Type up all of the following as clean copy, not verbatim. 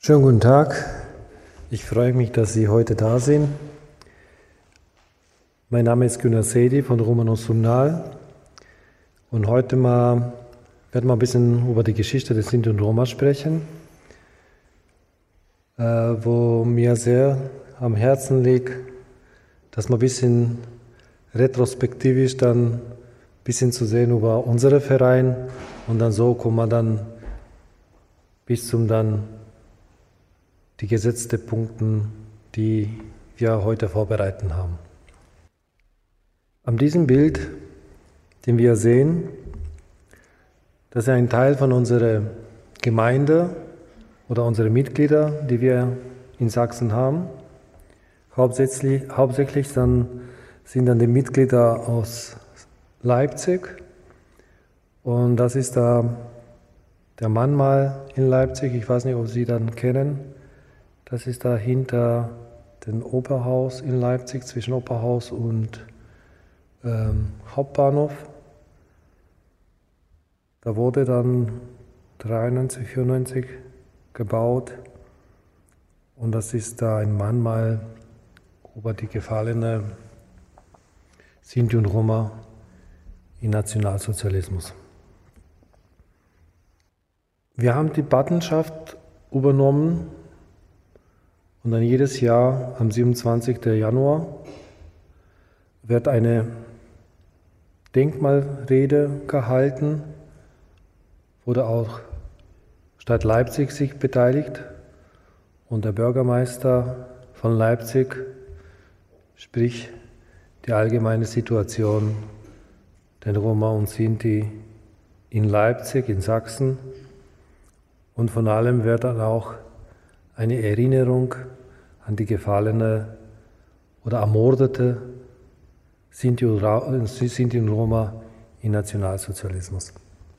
Schönen guten Tag. Ich freue mich, dass Sie heute da sind. Mein Name ist Günter Sedi von Roma Sumnal und heute werden wir ein bisschen über die Geschichte des Sinti und Roma sprechen, wo mir sehr am Herzen liegt, dass man ein bisschen retrospektivisch dann ein bisschen zu sehen über unsere Verein und dann so kommen wir dann bis zum dann die gesetzten Punkte, die wir heute vorbereiten haben. An diesem Bild, den wir sehen, das ist ein Teil von unserer Gemeinde oder unsere Mitglieder, die wir in Sachsen haben. Hauptsächlich sind dann die Mitglieder aus Leipzig und das ist da der Mahnmal in Leipzig. Ich weiß nicht, ob Sie dann kennen. Das ist da hinter dem Operhaus in Leipzig, zwischen Operhaus und Hauptbahnhof. Da wurde dann 93, 94 gebaut und das ist da ein Mahnmal über die gefallene Sinti und Roma im Nationalsozialismus. Wir haben die Patenschaft übernommen und dann jedes Jahr am 27. Januar wird eine Denkmalrede gehalten, wo auch Stadt Leipzig sich beteiligt und der Bürgermeister von Leipzig spricht die allgemeine Situation der Roma und Sinti in Leipzig, in Sachsen und von allem wird dann auch eine Erinnerung an die gefallene oder ermordete Sinti und Roma im Nationalsozialismus.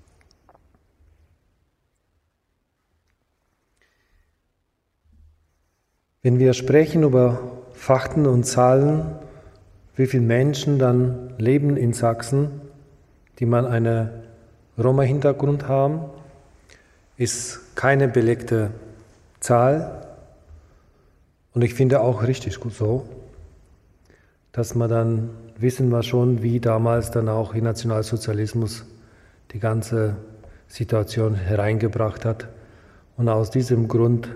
Wenn wir sprechen über Fakten und Zahlen, wie viele Menschen dann leben in Sachsen, die einen Roma-Hintergrund haben, ist keine belegte Zahl und ich finde auch richtig gut so, dass man dann wissen wir schon, wie damals dann auch im Nationalsozialismus die ganze Situation hereingebracht hat und aus diesem Grund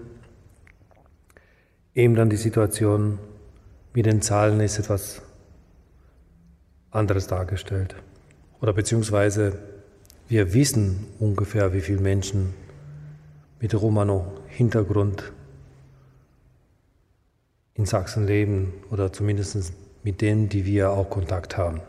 eben dann die Situation mit den Zahlen ist etwas anderes dargestellt oder beziehungsweise wir wissen ungefähr, wie viele Menschen mit Romano-Hintergrund in Sachsen leben oder zumindest mit denen, die wir auch Kontakt haben.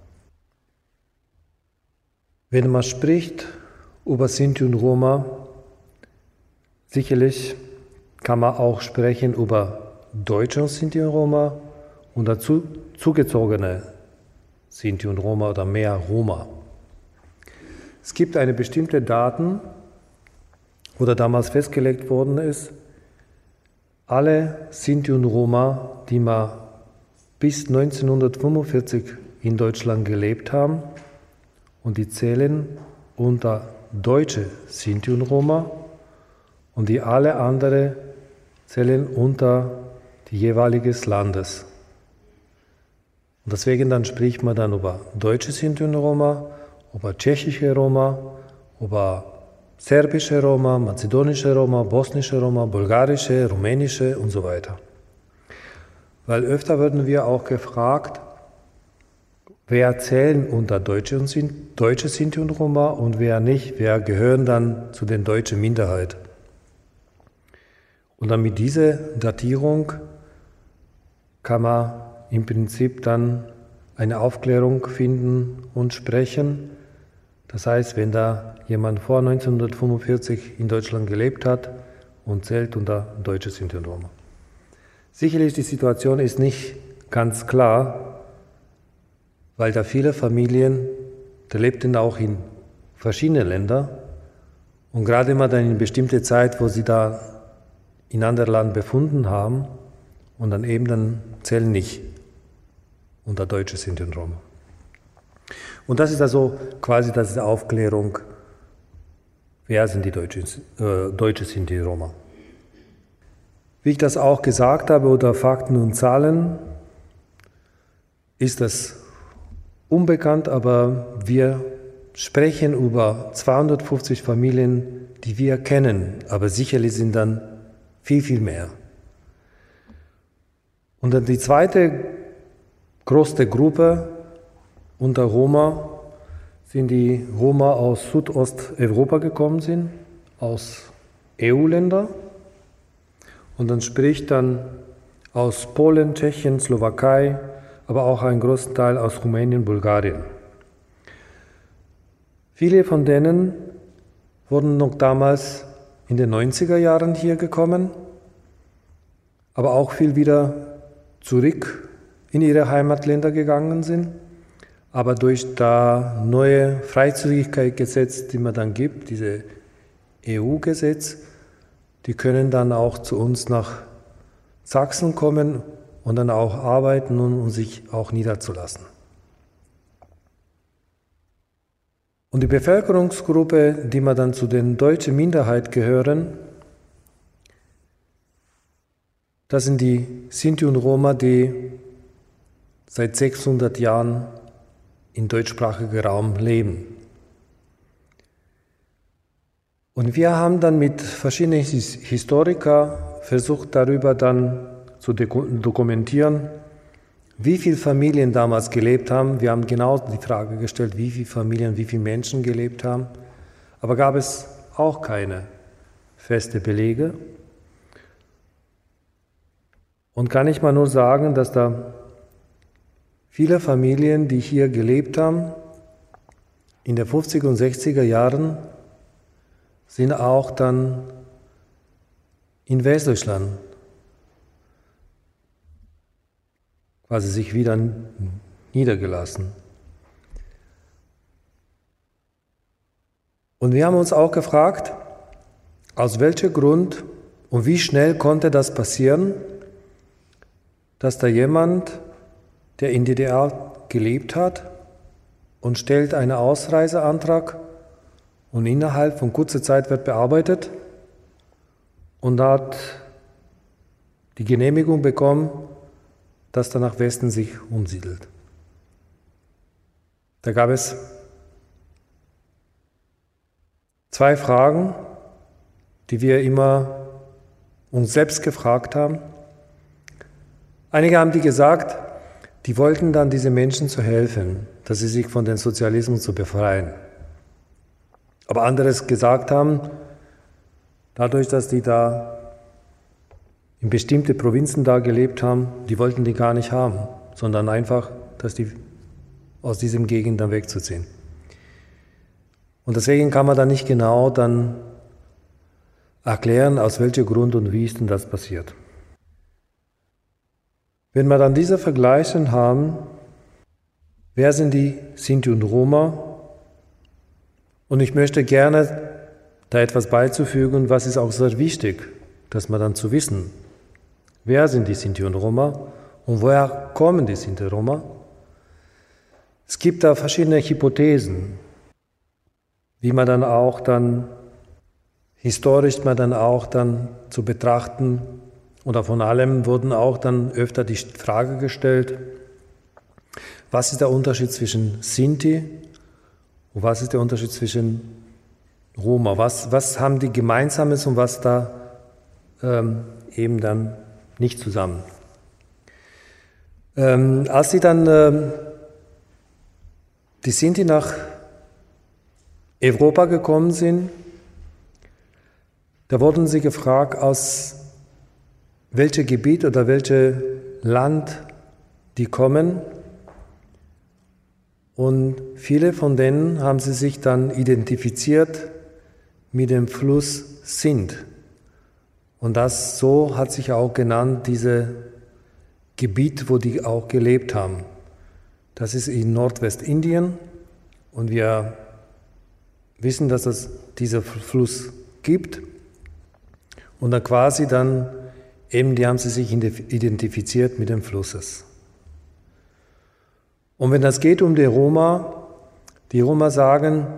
Wenn man spricht über Sinti und Roma, sicherlich kann man auch sprechen über deutsche Sinti und Roma und dazu zugezogene Sinti und Roma oder mehr Roma. Es gibt eine bestimmte Daten, oder damals festgelegt worden ist, alle Sinti und Roma, die mal bis 1945 in Deutschland gelebt haben, und die zählen unter deutsche Sinti und Roma und die alle anderen zählen unter die jeweiliges Landes. Und deswegen dann spricht man dann über deutsche Sinti und Roma, über tschechische Roma, über serbische Roma, mazedonische Roma, bosnische Roma, bulgarische, rumänische und so weiter. Weil öfter werden wir auch gefragt, wer zählen unter deutsche Sinti und Roma und wer nicht, wer gehören dann zu den deutschen Minderheit. Und dann mit dieser Datierung kann man im Prinzip dann eine Aufklärung finden und sprechen. Das heißt, wenn da jemand vor 1945 in Deutschland gelebt hat und zählt unter deutsche Sinti und Roma. Sicherlich die Situation ist nicht ganz klar, weil da viele Familien, die lebten auch in verschiedenen Ländern und gerade immer dann in bestimmte Zeit, wo sie da in anderem Land befunden haben und dann eben dann zählen nicht unter deutsche Sinti und Roma. Und das ist also quasi die Aufklärung, wer sind die deutsche Sinti Roma. Wie ich das auch gesagt habe, unter Fakten und Zahlen ist das unbekannt, aber wir sprechen über 250 Familien, die wir kennen, aber sicherlich sind dann viel, viel mehr. Und dann die zweite große Gruppe unter Roma sind die Roma aus Südosteuropa gekommen sind, aus EU-Ländern. Und dann spricht dann aus Polen, Tschechien, Slowakei, aber auch einen großen Teil aus Rumänien, Bulgarien. Viele von denen wurden noch damals in den 90er Jahren hier gekommen, aber auch viel wieder zurück in ihre Heimatländer gegangen sind. Aber durch das neue Freizügigkeitsgesetz, die man dann gibt, diese EU-Gesetz, die können dann auch zu uns nach Sachsen kommen und dann auch arbeiten und sich auch niederzulassen. Und die Bevölkerungsgruppe, die man dann zu den deutschen Minderheit gehören, das sind die Sinti und Roma, die seit 600 Jahren im deutschsprachigen Raum leben. Und wir haben dann mit verschiedenen Historikern versucht, darüber dann zu dokumentieren, wie viele Familien damals gelebt haben. Wir haben genau die Frage gestellt, wie viele Familien, wie viele Menschen gelebt haben. Aber gab es auch keine feste Belege. Und kann ich mal nur sagen, dass da viele Familien, die hier gelebt haben, in den 50er und 60er Jahren, sind auch dann in Westdeutschland quasi sich wieder niedergelassen. Und wir haben uns auch gefragt, aus welchem Grund und wie schnell konnte das passieren, dass da jemand, der in DDR gelebt hat und stellt einen Ausreiseantrag und innerhalb von kurzer Zeit wird bearbeitet und hat die Genehmigung bekommen, dass er nach Westen sich umsiedelt. Da gab es zwei Fragen, die wir immer uns selbst gefragt haben. Einige haben die gesagt, die wollten dann diese Menschen zu helfen, dass sie sich von dem Sozialismus zu befreien. Aber anderes gesagt haben, dadurch, dass die da in bestimmte Provinzen da gelebt haben, die wollten die gar nicht haben, sondern einfach, dass die aus diesem Gegend dann wegzuziehen. Und deswegen kann man da nicht genau dann erklären, aus welchem Grund und wie ist denn das passiert. Wenn wir dann diese Vergleiche haben, wer sind die Sinti und Roma? Und ich möchte gerne da etwas beizufügen, was ist auch sehr wichtig, dass man dann zu wissen, wer sind die Sinti und Roma und woher kommen die Sinti und Roma? Es gibt da verschiedene Hypothesen, wie man dann auch dann historisch zu betrachten, oder von allem wurden auch dann öfter die Frage gestellt, was ist der Unterschied zwischen Sinti und was ist der Unterschied zwischen Roma? Was haben die Gemeinsames und was da eben dann nicht zusammen? Als sie dann die Sinti nach Europa gekommen sind, da wurden sie gefragt, aus welchem Gebiet oder welches Land die kommen. Und viele von denen haben sie sich dann identifiziert mit dem Fluss Sindh. Und das so hat sich auch genannt, dieses Gebiet, wo die auch gelebt haben. Das ist in Nordwestindien und wir wissen, dass es diesen Fluss gibt. Und dann quasi dann eben, die haben sie sich identifiziert mit dem Flusses. Und wenn das geht um die Roma sagen,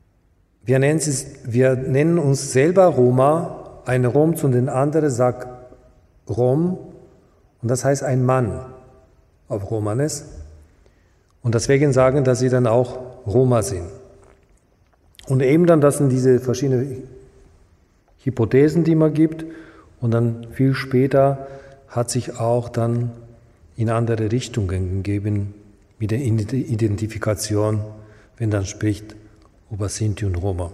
wir nennen uns selber Roma, ein Rom zu den anderen sagt Rom und das heißt ein Mann auf Romanes. Und deswegen sagen, dass sie dann auch Roma sind. Und eben dann, das sind diese verschiedenen Hypothesen, die man gibt. Und dann viel später hat sich auch dann in andere Richtungen gegeben mit der Identifikation, wenn dann spricht über Sinti und Roma.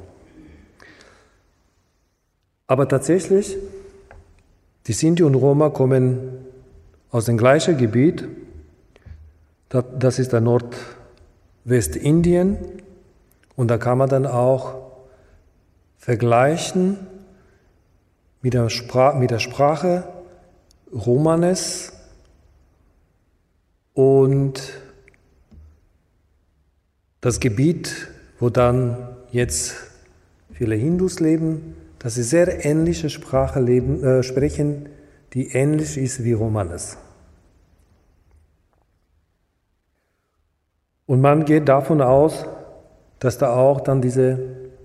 Aber tatsächlich, die Sinti und Roma kommen aus dem gleichen Gebiet. Das ist der Nordwestindien. Und da kann man dann auch vergleichen mit der Sprache Romanes und das Gebiet, wo dann jetzt viele Hindus leben, dass sie sehr ähnliche Sprache sprechen, die ähnlich ist wie Romanes. Und man geht davon aus, dass da auch dann diese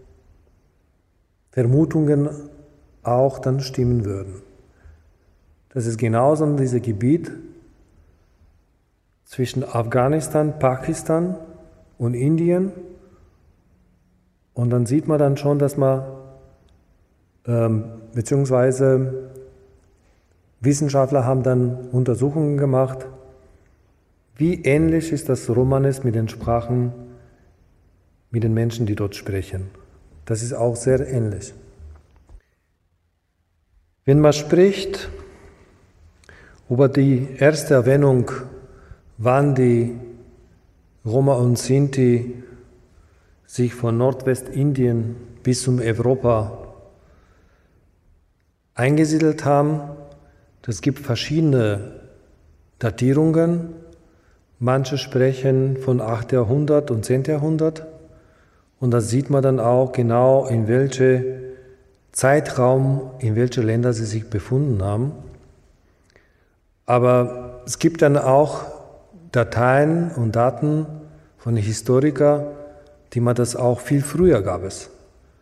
Vermutungen auch dann stimmen würden. Das ist genauso in diesem Gebiet zwischen Afghanistan, Pakistan und Indien. Und dann sieht man dann schon, dass man beziehungsweise Wissenschaftler haben dann Untersuchungen gemacht, wie ähnlich ist das Romanes mit den Sprachen, mit den Menschen, die dort sprechen. Das ist auch sehr ähnlich. Wenn man spricht über die erste Erwähnung, wann die Roma und Sinti sich von Nordwestindien bis zum Europa eingesiedelt haben, das gibt verschiedene Datierungen. Manche sprechen von 8. Jahrhundert und 10. Jahrhundert. Und da sieht man dann auch genau, in welchem Zeitraum, in welchen Ländern sie sich befunden haben. Aber es gibt dann auch Dateien und Daten von Historikern, die man das auch viel früher gab es.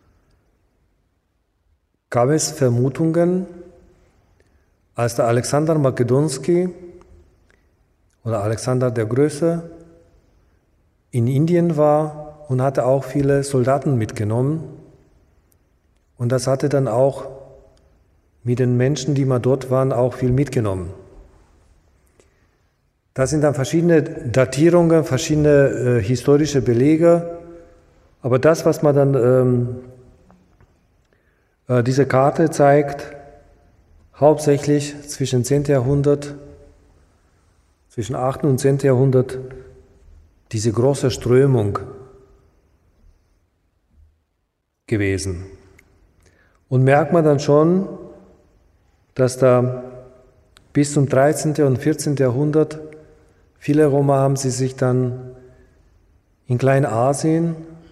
Gab es Vermutungen, als der Alexander Makedonski oder Alexander der Größe in Indien war und hatte auch viele Soldaten mitgenommen. Und das hatte dann auch mit den Menschen, die mal dort waren, auch viel mitgenommen. Das sind dann verschiedene Datierungen, verschiedene historische Belege. Aber das, was man dann, diese Karte zeigt, hauptsächlich zwischen 10. Jahrhundert, zwischen 8. und 10. Jahrhundert, diese große Strömung gewesen. Und merkt man dann schon, dass da bis zum 13. und 14. Jahrhundert viele Roma haben sie sich dann in Kleinasien,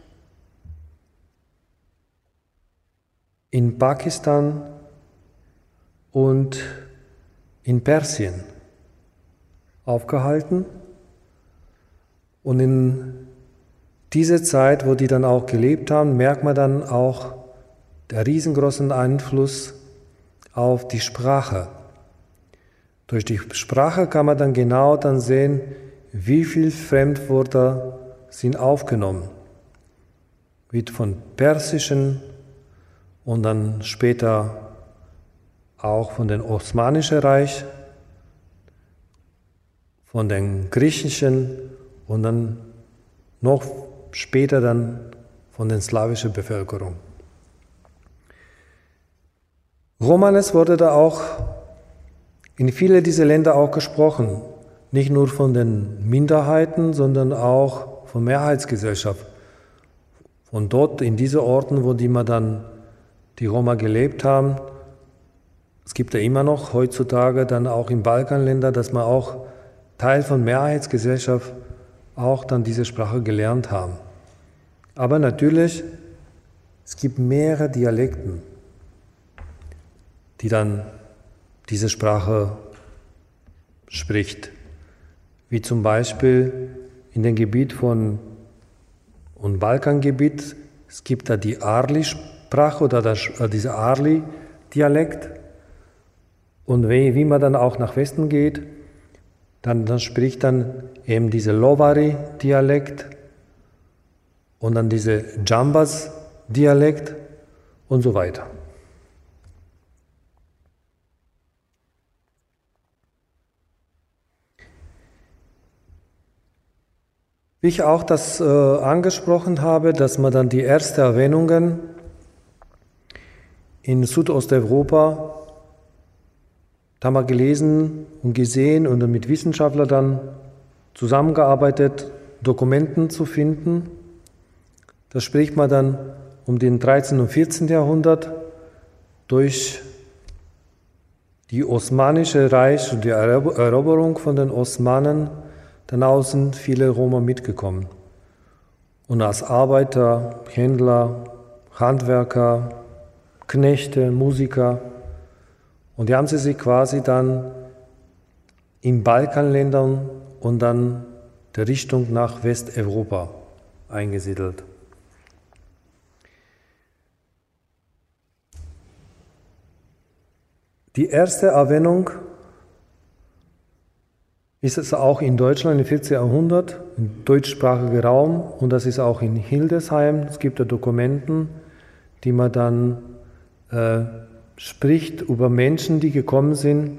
in Pakistan und in Persien aufgehalten. Und in dieser Zeit, wo die dann auch gelebt haben, merkt man dann auch den riesengroßen Einfluss auf die Sprache. Durch die Sprache kann man dann genau dann sehen, wie viele Fremdwörter sind aufgenommen. Wird von Persischen und dann später auch von dem Osmanischen Reich, von den Griechischen und dann noch später dann von der slawischen Bevölkerung. Romanes wurde da auch in viele dieser Länder auch gesprochen, nicht nur von den Minderheiten, sondern auch von Mehrheitsgesellschaft. Von dort in diese Orten, wo die Roma gelebt haben. Es gibt ja immer noch heutzutage dann auch in Balkanländern, dass man auch Teil von Mehrheitsgesellschaft auch dann diese Sprache gelernt haben. Aber natürlich, es gibt mehrere Dialekten, die dann diese Sprache spricht. Wie zum Beispiel in dem Gebiet und Balkangebiet, es gibt da die Arli-Sprache oder dieser Arli-Dialekt. Und wie man dann auch nach Westen geht, dann spricht dann eben diese Lovari-Dialekt und dann diese Jambas-Dialekt und so weiter. Wie ich auch das angesprochen habe, dass man dann die ersten Erwähnungen in Südosteuropa, da haben wir gelesen und gesehen und mit Wissenschaftlern dann zusammengearbeitet, Dokumenten zu finden. Da spricht man dann um den 13. und 14. Jahrhundert durch die Osmanische Reich und die Eroberung von den Osmanen. Danach sind viele Roma mitgekommen. Und als Arbeiter, Händler, Handwerker, Knechte, Musiker. Und die haben sie sich quasi dann in Balkanländern und dann der Richtung nach Westeuropa eingesiedelt. Die erste Erwähnung ist es auch in Deutschland im 14. Jahrhundert, im deutschsprachigen Raum, und das ist auch in Hildesheim. Es gibt da Dokumenten, die man dann spricht über Menschen, die gekommen sind,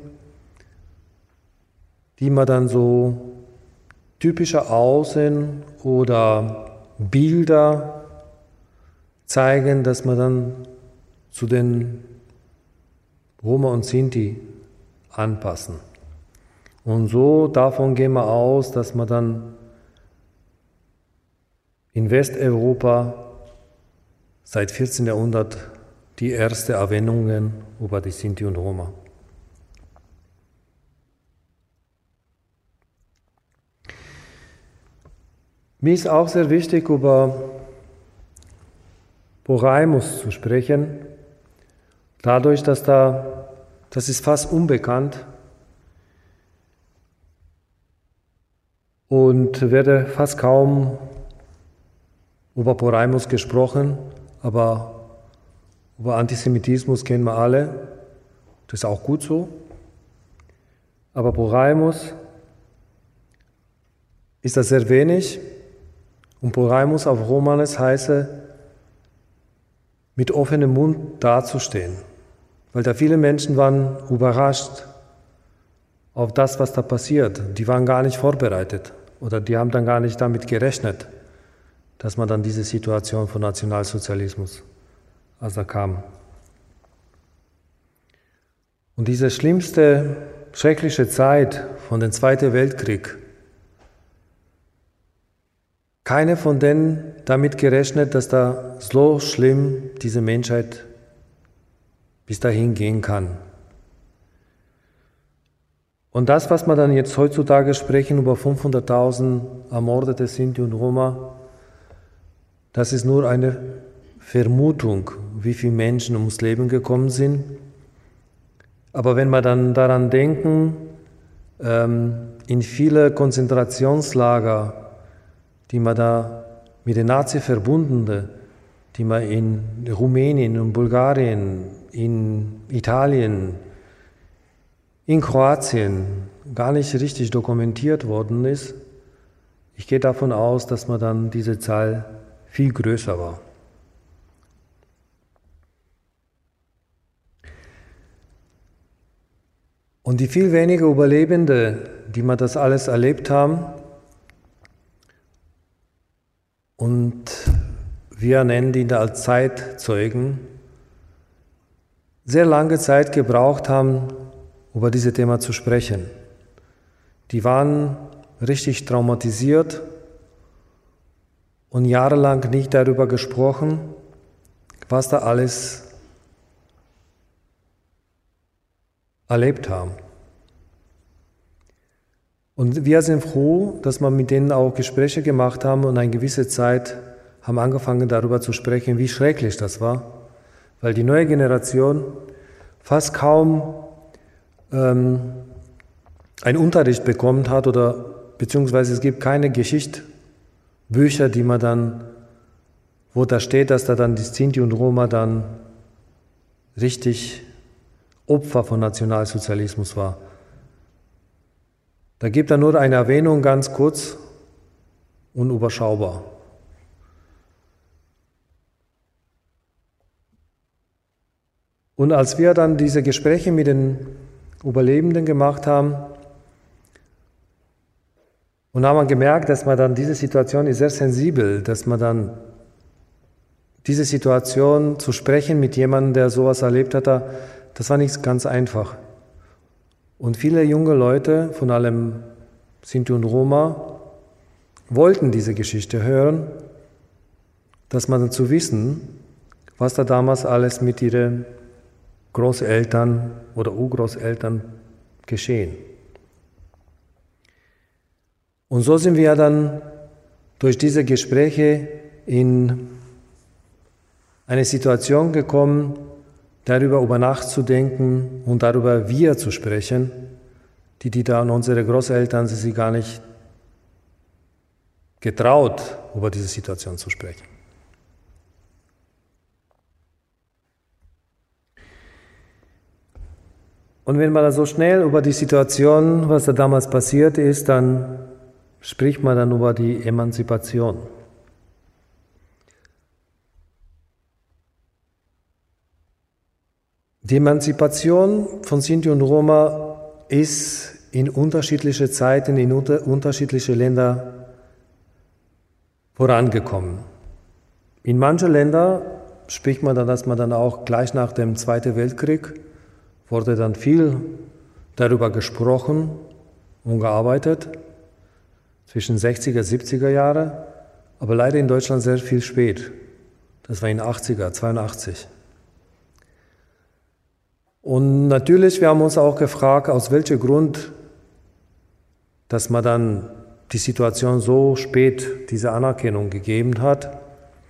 die man dann so typische Aussehen oder Bilder zeigen, dass man dann zu den Roma und Sinti anpassen. Und so davon gehen wir aus, dass man dann in Westeuropa seit 14. Jahrhundert die ersten Erwähnungen über die Sinti und Roma. Mir ist auch sehr wichtig, über Poraimus zu sprechen, dadurch, dass das ist fast unbekannt und werde fast kaum über Poraimus gesprochen, aber über Antisemitismus kennen wir alle, das ist auch gut so. Aber Poraimus ist das sehr wenig und Poraimus auf Romanes heiße, mit offenem Mund dazustehen, weil da viele Menschen waren überrascht auf das, was da passiert. Die waren gar nicht vorbereitet oder die haben dann gar nicht damit gerechnet, dass man dann diese Situation von Nationalsozialismus, als er kam. Und diese schlimmste, schreckliche Zeit von dem Zweiten Weltkrieg, keine von denen damit gerechnet, dass da so schlimm diese Menschheit bis dahin gehen kann. Und das, was wir dann jetzt heutzutage sprechen, über 500.000 ermordete Sinti und Roma, das ist nur eine Vermutung, wie viele Menschen ums Leben gekommen sind. Aber wenn wir dann daran denken, in viele Konzentrationslager, die man da mit den Nazis verbundene, die man in Rumänien und Bulgarien, in Italien, in Kroatien gar nicht richtig dokumentiert worden ist, ich gehe davon aus, dass man dann diese Zahl viel größer war. Und die viel weniger Überlebende, die man das alles erlebt haben, und wir nennen die da als Zeitzeugen, sehr lange Zeit gebraucht haben, über dieses Thema zu sprechen. Die waren richtig traumatisiert und jahrelang nicht darüber gesprochen, was da alles erlebt haben. Und wir sind froh, dass wir mit denen auch Gespräche gemacht haben und eine gewisse Zeit haben angefangen, darüber zu sprechen, wie schrecklich das war, weil die neue Generation fast kaum einen Unterricht bekommen hat oder beziehungsweise es gibt keine Geschichtsbücher, die man dann, wo da steht, dass da dann die Sinti und Roma dann richtig Opfer von Nationalsozialismus war. Da gibt er nur eine Erwähnung, ganz kurz und überschaubar. Und als wir dann diese Gespräche mit den Überlebenden gemacht haben, und haben wir gemerkt, dass man dann diese Situation ist sehr sensibel, dass man dann diese Situation zu sprechen mit jemandem, der sowas erlebt hat, das war nicht ganz einfach. Und viele junge Leute, vor allem Sinti und Roma, wollten diese Geschichte hören, dass man dann zu wissen, was da damals alles mit ihren Großeltern oder Urgroßeltern geschehen. Und so sind wir dann durch diese Gespräche in eine Situation gekommen, darüber über nachzudenken und darüber wir zu sprechen, die da und unsere Großeltern sich gar nicht getraut, über diese Situation zu sprechen. Und wenn man da so schnell über die Situation, was da damals passiert ist, dann spricht man dann über die Emanzipation. Die Emanzipation von Sinti und Roma ist in unterschiedliche Zeiten, in unterschiedliche Länder vorangekommen. In manchen Ländern spricht man dann, dass man dann auch gleich nach dem Zweiten Weltkrieg wurde dann viel darüber gesprochen und gearbeitet, zwischen 60er, 70er Jahre, aber leider in Deutschland sehr viel spät. Das war in den 80er, 82. Und natürlich, wir haben uns auch gefragt, aus welchem Grund, dass man dann die Situation so spät diese Anerkennung gegeben hat.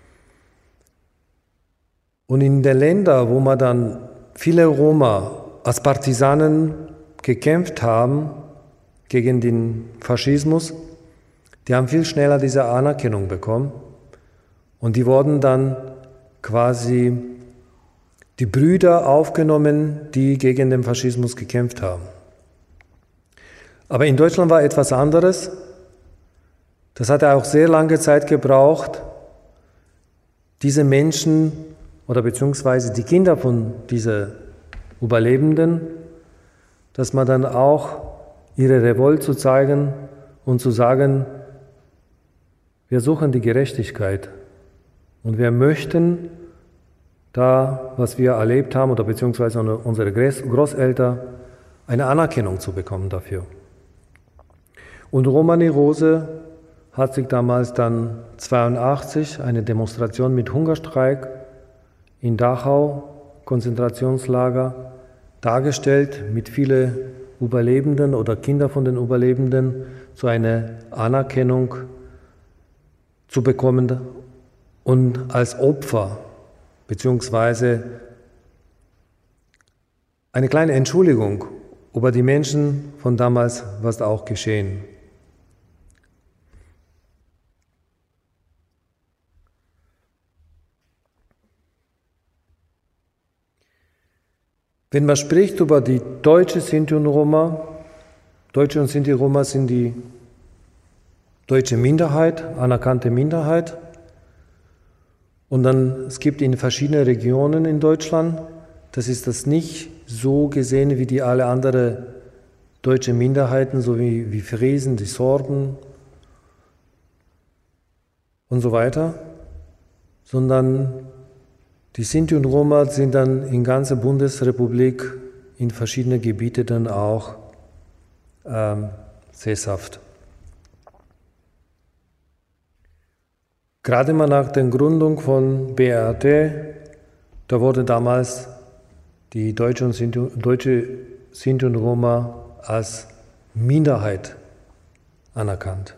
Und in den Ländern, wo man dann viele Roma als Partisanen gekämpft haben gegen den Faschismus, die haben viel schneller diese Anerkennung bekommen und die wurden dann quasi die Brüder aufgenommen, die gegen den Faschismus gekämpft haben. Aber in Deutschland war etwas anderes. Das hat auch sehr lange Zeit gebraucht, diese Menschen oder beziehungsweise die Kinder von diesen Überlebenden, dass man dann auch ihre Revolte zu zeigen und zu sagen, wir suchen die Gerechtigkeit und wir möchten da, was wir erlebt haben oder beziehungsweise unsere Großeltern, eine Anerkennung zu bekommen dafür. Und Romani Rose hat sich damals dann 1982 eine Demonstration mit Hungerstreik in Dachau, Konzentrationslager, dargestellt mit vielen Überlebenden oder Kinder von den Überlebenden zu einer Anerkennung zu bekommen und als Opfer beziehungsweise eine kleine Entschuldigung über die Menschen von damals, was da auch geschehen. Wenn man spricht über die deutsche Sinti und Roma, Deutsche und Sinti Roma sind die deutsche Minderheit, anerkannte Minderheit. Und dann, es gibt in verschiedenen Regionen in Deutschland, das ist das nicht so gesehen wie die alle anderen deutschen Minderheiten, so wie Friesen, die Sorben und so weiter, sondern die Sinti und Roma sind dann in ganzer Bundesrepublik in verschiedenen Gebieten dann auch sesshaft. Gerade mal nach der Gründung von BRD, da wurde damals die deutsche Sinti und Roma als Minderheit anerkannt.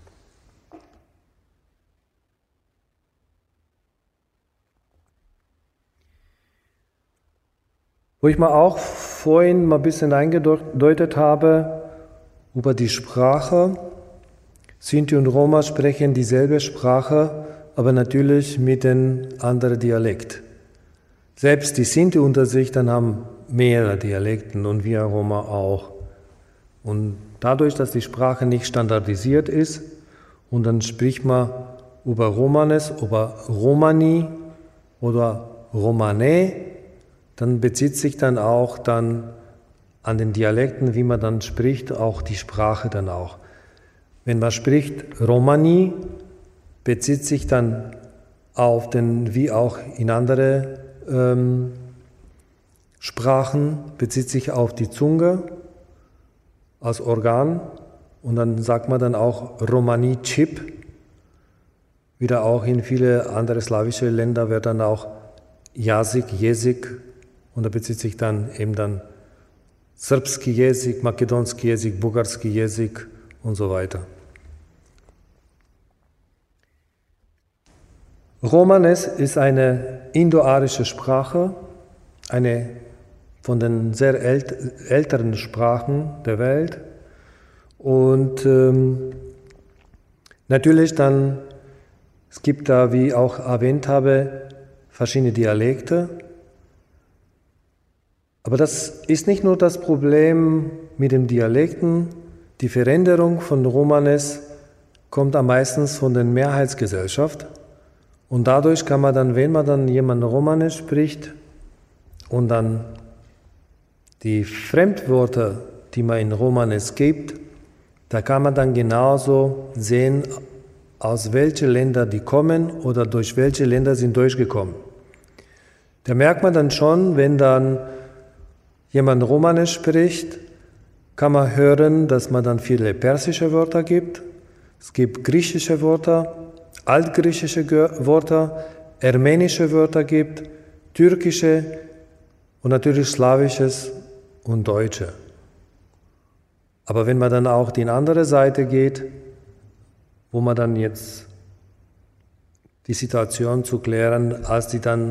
Wo ich mal auch vorhin mal ein bisschen eingedeutet habe über die Sprache. Sinti und Roma sprechen dieselbe Sprache, aber natürlich mit einem anderen Dialekt. Selbst die Sinti unter sich dann haben mehrere Dialekten und wir Roma auch. Und dadurch, dass die Sprache nicht standardisiert ist und dann spricht man über Romanes, über Romani oder Romane, dann bezieht sich dann auch dann an den Dialekten, wie man dann spricht, auch die Sprache dann auch. Wenn man spricht Romani, bezieht sich dann auf den, wie auch in andere Sprachen, bezieht sich auf die Zunge als Organ und dann sagt man dann auch Romani-Chip. Wieder auch in viele andere slawische Länder wird dann auch Jazyk, Jezik und da bezieht sich dann eben dann Srpski Jezik, Makedonski Jezik, Bugarski Jezik und so weiter. Romanes ist eine indoarische Sprache, eine von den sehr älteren Sprachen der Welt und natürlich dann, es gibt da, wie ich auch erwähnt habe, verschiedene Dialekte, aber das ist nicht nur das Problem mit den Dialekten, die Veränderung von Romanes kommt am meisten von der Mehrheitsgesellschaft und dadurch kann man dann, wenn man dann jemand Romanes spricht und dann die Fremdwörter, die man in Romanes gibt, da kann man dann genauso sehen, aus welchen Ländern die kommen oder durch welche Länder sind durchgekommen. Da merkt man dann schon, wenn dann jemand Romanisch spricht, kann man hören, dass man dann viele persische Wörter gibt. Es gibt griechische Wörter, altgriechische Wörter, armenische Wörter gibt, türkische und natürlich slawisches und deutsche. Aber wenn man dann auch die andere Seite geht, wo man dann jetzt die Situation zu klären, als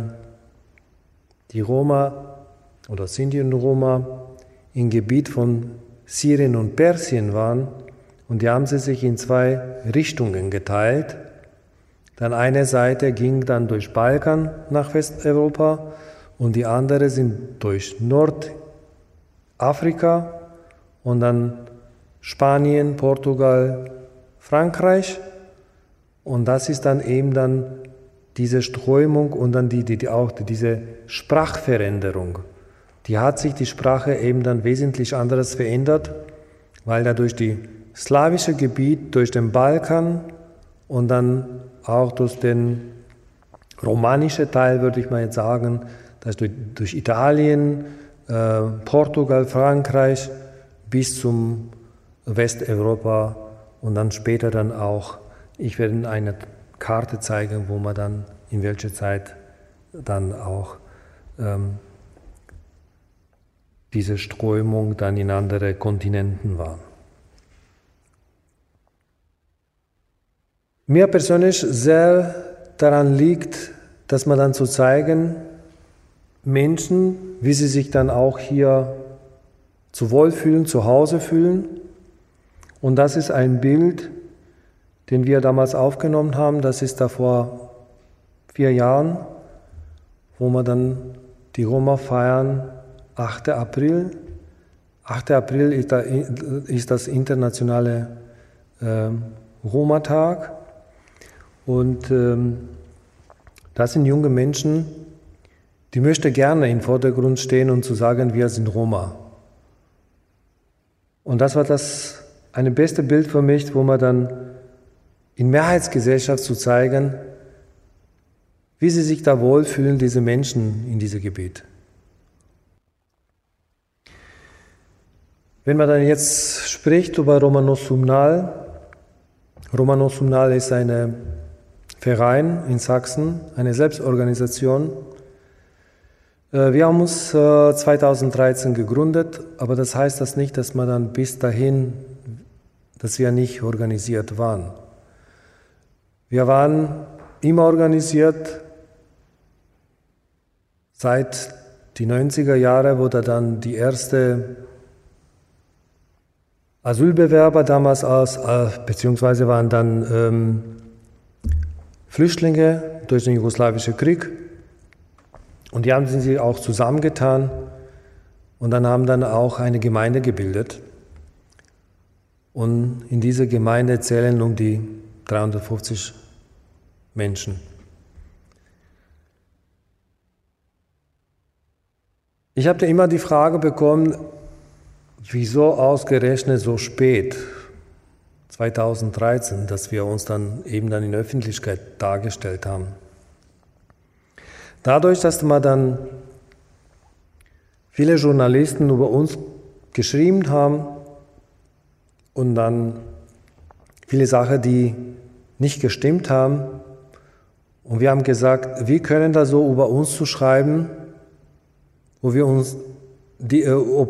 die Roma oder Sinti und Roma im Gebiet von Syrien und Persien waren und die haben sie sich in zwei Richtungen geteilt. Dann eine Seite ging dann durch Balkan nach Westeuropa und die andere sind durch Nordafrika und dann Spanien, Portugal, Frankreich und das ist dann eben dann diese Strömung und dann diese Sprachveränderung. Die hat sich die Sprache eben dann wesentlich anders verändert, weil da durch die slawische Gebiet, durch den Balkan und dann auch durch den romanischen Teil, würde ich mal jetzt sagen, dass durch Italien, Portugal, Frankreich bis zum Westeuropa und dann später dann auch, ich werde Ihnen eine Karte zeigen, wo man dann in welcher Zeit dann auch diese Strömung dann in andere Kontinenten war. Mir persönlich sehr daran liegt, dass man dann zu zeigen, Menschen, wie sie sich dann auch hier zu wohl fühlen, zu Hause fühlen. Und das ist ein Bild, den wir damals aufgenommen haben. Das ist da vor 4 Jahren, wo wir dann die Roma feiern, 8. April. 8. April ist das internationale Roma-Tag. Und das sind junge Menschen, die möchten gerne im Vordergrund stehen und zu sagen, wir sind Roma. Und das war das eine beste Bild für mich, wo man dann in Mehrheitsgesellschaft zu zeigen, wie sie sich da wohlfühlen, diese Menschen in diesem Gebiet. Wenn man dann jetzt spricht über Romano Sumnal ist ein Verein in Sachsen, eine Selbstorganisation. Wir haben uns 2013 gegründet, aber das heißt das nicht, dass wir dann bis dahin, dass wir nicht organisiert waren. Wir waren immer organisiert seit die 90er Jahre, wo da dann die erste Asylbewerber damals beziehungsweise waren dann Flüchtlinge durch den jugoslawischen Krieg und die haben sich auch zusammengetan und haben dann auch eine Gemeinde gebildet. Und in dieser Gemeinde zählen um die 350 Menschen. Ich habe immer die Frage bekommen, wieso ausgerechnet so spät, 2013, dass wir uns dann in der Öffentlichkeit dargestellt haben. Dadurch, dass wir dann viele Journalisten über uns geschrieben haben und dann viele Sachen, die nicht gestimmt haben, und wir haben gesagt, wie können da so über uns zu schreiben, wo wir uns, die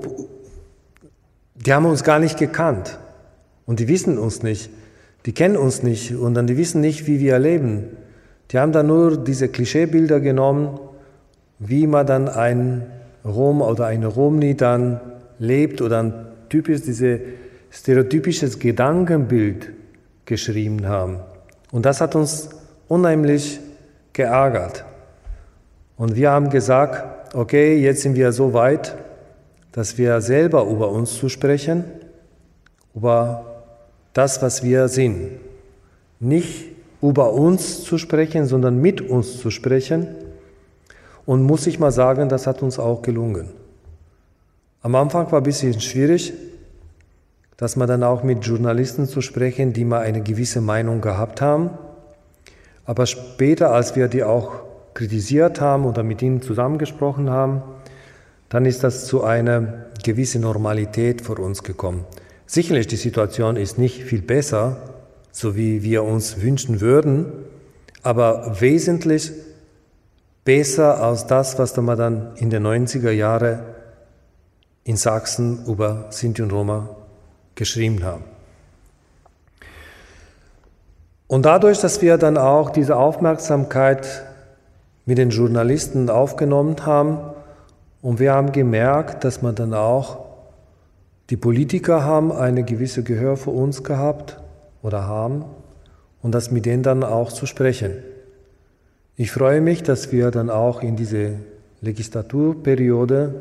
haben uns gar nicht gekannt und die wissen uns nicht, die kennen uns nicht und dann die wissen nicht, wie wir leben. Die haben dann nur diese Klischeebilder genommen, wie man dann ein Rom oder eine Romni dann lebt oder ein dieses stereotypisches Gedankenbild geschrieben haben. Und das hat uns unheimlich geärgert. Und wir haben gesagt, okay, jetzt sind wir so weit, dass wir selber über uns zu sprechen, über das, was wir sind. Nicht über uns zu sprechen, sondern mit uns zu sprechen. Und muss ich mal sagen, das hat uns auch gelungen. Am Anfang war ein bisschen schwierig, dass man dann auch mit Journalisten zu sprechen, die mal eine gewisse Meinung gehabt haben. Aber später, als wir die auch kritisiert haben oder mit ihnen zusammengesprochen haben, dann ist das zu einer gewissen Normalität für uns gekommen. Sicherlich, die Situation ist nicht viel besser, so wie wir uns wünschen würden, aber wesentlich besser als das, was wir dann in den 90er Jahren in Sachsen über Sinti und Roma geschrieben haben. Und dadurch, dass wir dann auch diese Aufmerksamkeit mit den Journalisten aufgenommen haben und wir haben gemerkt, dass man dann auch die Politiker haben eine gewisse Gehör für uns gehabt oder haben und das mit denen dann auch zu sprechen. Ich freue mich, dass wir dann auch in diese Legislaturperiode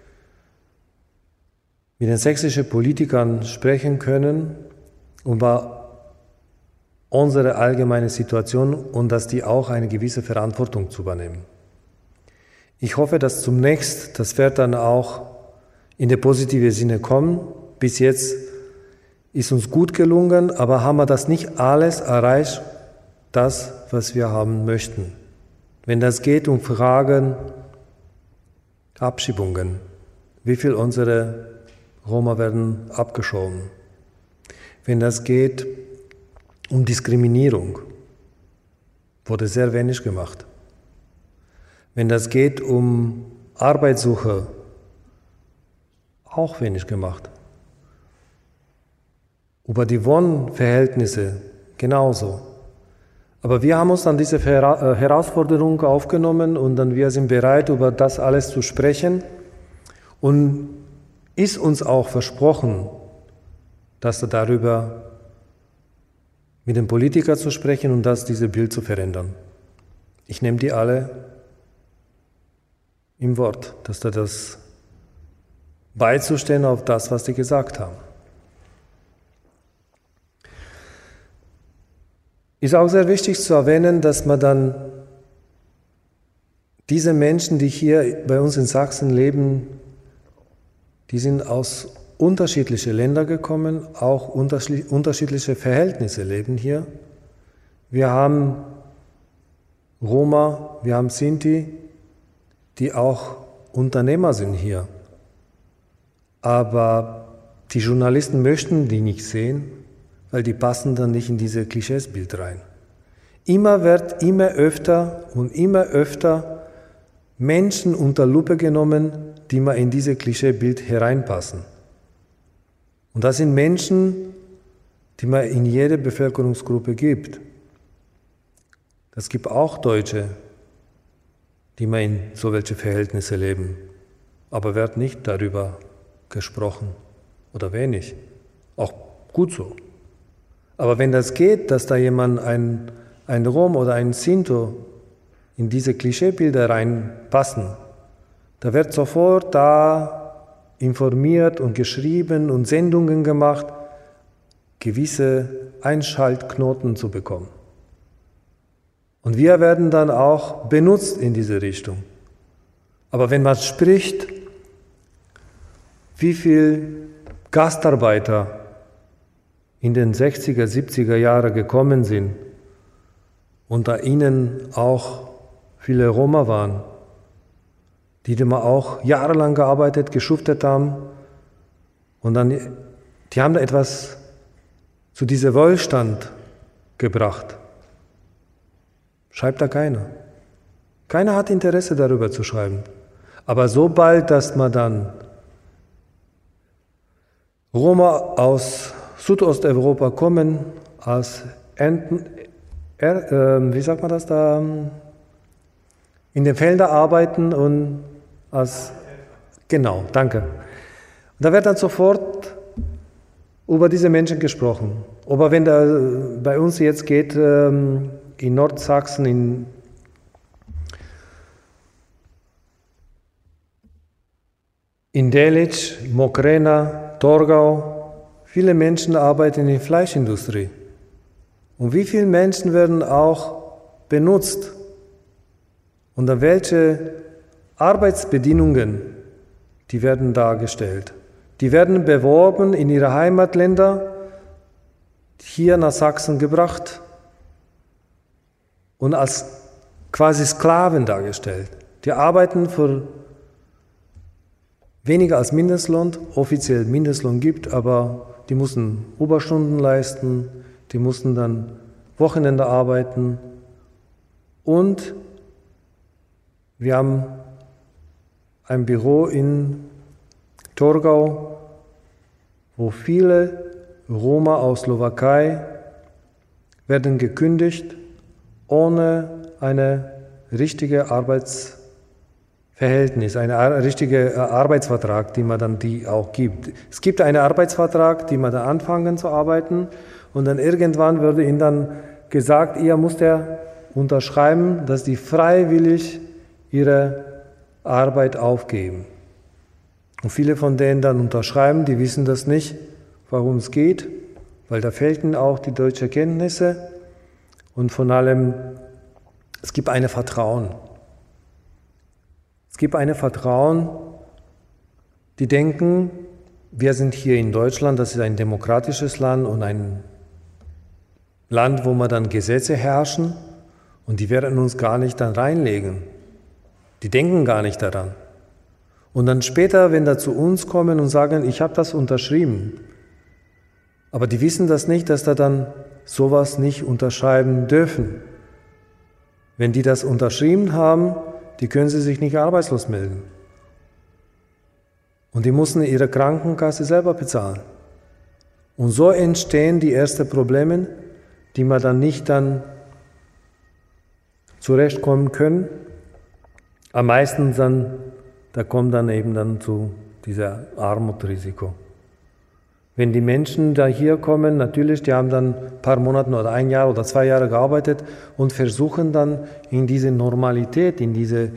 mit den sächsischen Politikern sprechen können über unsere allgemeine Situation und dass die auch eine gewisse Verantwortung zu übernehmen. Ich hoffe, dass zunächst das wird dann auch in der positiven Sinne kommen. Bis jetzt ist uns gut gelungen, aber haben wir das nicht alles erreicht, das, was wir haben möchten. Wenn das geht um Fragen, Abschiebungen, wie viel unsere Roma werden abgeschoben. Wenn das geht um Diskriminierung, wurde sehr wenig gemacht. Wenn das geht um Arbeitssuche, auch wenig gemacht. Über die Wohnverhältnisse genauso. Aber wir haben uns dann diese Herausforderung aufgenommen und dann wir sind bereit, über das alles zu sprechen und ist uns auch versprochen, dass darüber mit den Politikern zu sprechen und dieses Bild zu verändern. Ich nehme die alle im Wort, dass das beizustehen auf das, was die gesagt haben. Ist auch sehr wichtig zu erwähnen, dass man dann diese Menschen, die hier bei uns in Sachsen leben, die sind aus unterschiedlichen Ländern gekommen, auch unterschiedliche Verhältnisse leben hier. Wir haben Roma, wir haben Sinti, die auch Unternehmer sind hier. Aber die Journalisten möchten die nicht sehen, weil die passen dann nicht in dieses Klischeesbild rein. Immer öfter Menschen unter Lupe genommen, die mal in dieses Klischeebild hereinpassen. Und das sind Menschen, die man in jeder Bevölkerungsgruppe gibt. Das gibt auch Deutsche, die mal in so welche Verhältnisse leben. Aber wird nicht darüber gesprochen oder wenig. Auch gut so. Aber wenn das geht, dass da jemand ein Rom oder ein Sinto in diese Klischeebilder reinpassen, da wird sofort da informiert und geschrieben und Sendungen gemacht, gewisse Einschaltknoten zu bekommen. Und wir werden dann auch benutzt in diese Richtung. Aber wenn man spricht, wie viele Gastarbeiter in den 60er, 70er Jahren gekommen sind, unter ihnen auch viele Roma waren, die auch jahrelang gearbeitet, geschuftet haben und dann, die haben da etwas zu diesem Wohlstand gebracht. Schreibt da keiner. Keiner hat Interesse darüber zu schreiben. Aber sobald, dass man dann Roma aus Südosteuropa kommen, als wie sagt man das da, in den Feldern arbeiten und als, genau, danke. Und da wird dann sofort über diese Menschen gesprochen. Aber wenn da bei uns jetzt geht, in Nordsachsen, in Delitzsch, Mokrena, Torgau, viele Menschen arbeiten in der Fleischindustrie. Und wie viele Menschen werden auch benutzt? Unter welche Arbeitsbedingungen, die werden dargestellt. Die werden beworben in ihre Heimatländer, hier nach Sachsen gebracht und als quasi Sklaven dargestellt. Die arbeiten für weniger als Mindestlohn, offiziell Mindestlohn gibt, aber die mussten Überstunden leisten, die mussten dann Wochenende arbeiten und wir haben ein Büro in Torgau, wo viele Roma aus Slowakei werden gekündigt, ohne eine richtige Arbeitsverhältnis, einen richtigen Arbeitsvertrag, die man dann die auch gibt. Es gibt einen Arbeitsvertrag, die man dann anfangen zu arbeiten und dann irgendwann würde ihnen dann gesagt, ihr müsst ja unterschreiben, dass die freiwillig ihre Arbeit aufgeben. Und viele von denen dann unterschreiben, die wissen das nicht, warum es geht, weil da fehlten auch die deutschen Kenntnisse und von allem, es gibt ein Vertrauen. Es gibt ein Vertrauen, die denken, wir sind hier in Deutschland, das ist ein demokratisches Land und ein Land, wo man dann Gesetze herrschen und die werden uns gar nicht dann reinlegen. Die denken gar nicht daran. Und dann später, wenn da zu uns kommen und sagen, ich habe das unterschrieben, aber die wissen das nicht, dass da dann sowas nicht unterschreiben dürfen. Wenn die das unterschrieben haben, die können sie sich nicht arbeitslos melden. Und die müssen ihre Krankenkasse selber bezahlen. Und so entstehen die ersten Probleme, die man dann nicht dann zurechtkommen können. Am meisten dann, da kommt dann eben dann zu dieser Armutsrisiko. Wenn die Menschen da hier kommen, natürlich, die haben dann ein paar Monate oder ein Jahr oder 2 Jahre gearbeitet und versuchen dann in diese Normalität, in diese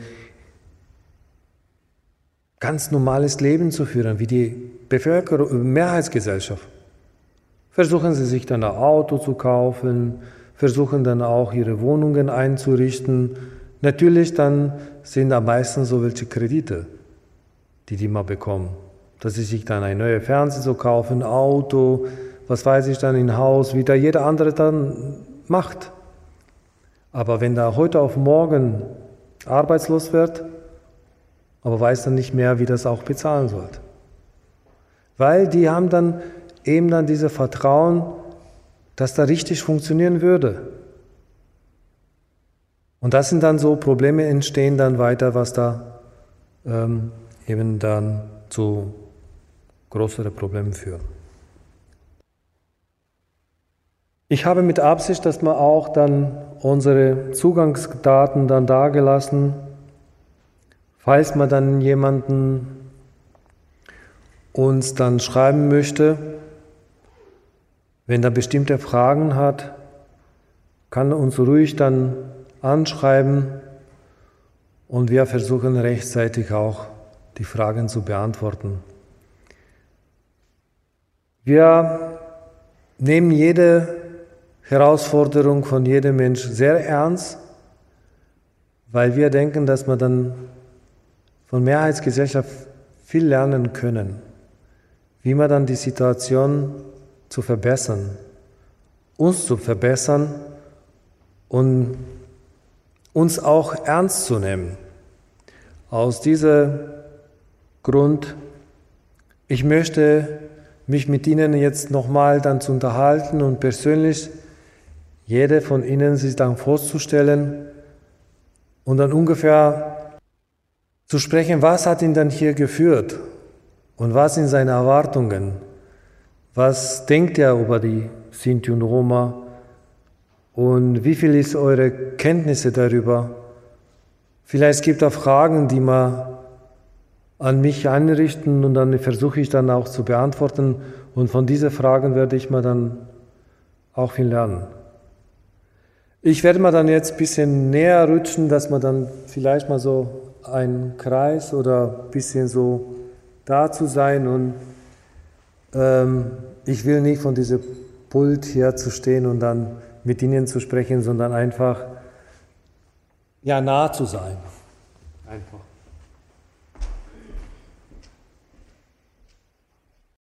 ganz normales Leben zu führen, wie die Bevölkerung, Mehrheitsgesellschaft. Versuchen sie sich dann ein Auto zu kaufen, versuchen dann auch ihre Wohnungen einzurichten. Natürlich dann sind am meisten so welche Kredite, die mal bekommen. Dass sie sich dann ein neues Fernseher so kaufen, Auto, was weiß ich dann, ein Haus, wie da jeder andere dann macht. Aber wenn da heute auf morgen arbeitslos wird, aber weiß dann nicht mehr, wie das auch bezahlen soll. Weil die haben dann eben dann dieses Vertrauen, dass da richtig funktionieren würde. Und das sind dann so Probleme entstehen dann weiter, was da eben dann zu größeren Problemen führen. Ich habe mit Absicht, dass wir auch dann unsere Zugangsdaten dann dagelassen, falls man dann jemanden uns dann schreiben möchte, wenn er bestimmte Fragen hat, kann er uns ruhig dann anschreiben und wir versuchen rechtzeitig auch die Fragen zu beantworten. Wir nehmen jede Herausforderung von jedem Mensch sehr ernst, weil wir denken, dass wir dann von Mehrheitsgesellschaft viel lernen können, wie man dann die Situation zu verbessern, uns zu verbessern und uns auch ernst zu nehmen. Aus diesem Grund, ich möchte mich mit Ihnen jetzt nochmal dann zu unterhalten und persönlich jede von Ihnen sich dann vorzustellen und dann ungefähr zu sprechen, was hat ihn dann hier geführt und was sind seine Erwartungen, was denkt er über die Sinti und Roma und wie viel ist eure Kenntnisse darüber. Vielleicht gibt es auch Fragen, die man an mich einrichten und dann versuche ich dann auch zu beantworten und von diesen Fragen werde ich mal dann auch viel lernen. Ich werde mal dann jetzt ein bisschen näher rutschen, dass man dann vielleicht mal so einen Kreis oder ein bisschen so da zu sein und ich will nicht von diesem Pult hier zu stehen und dann mit Ihnen zu sprechen, sondern einfach ja nah zu sein. Einfach.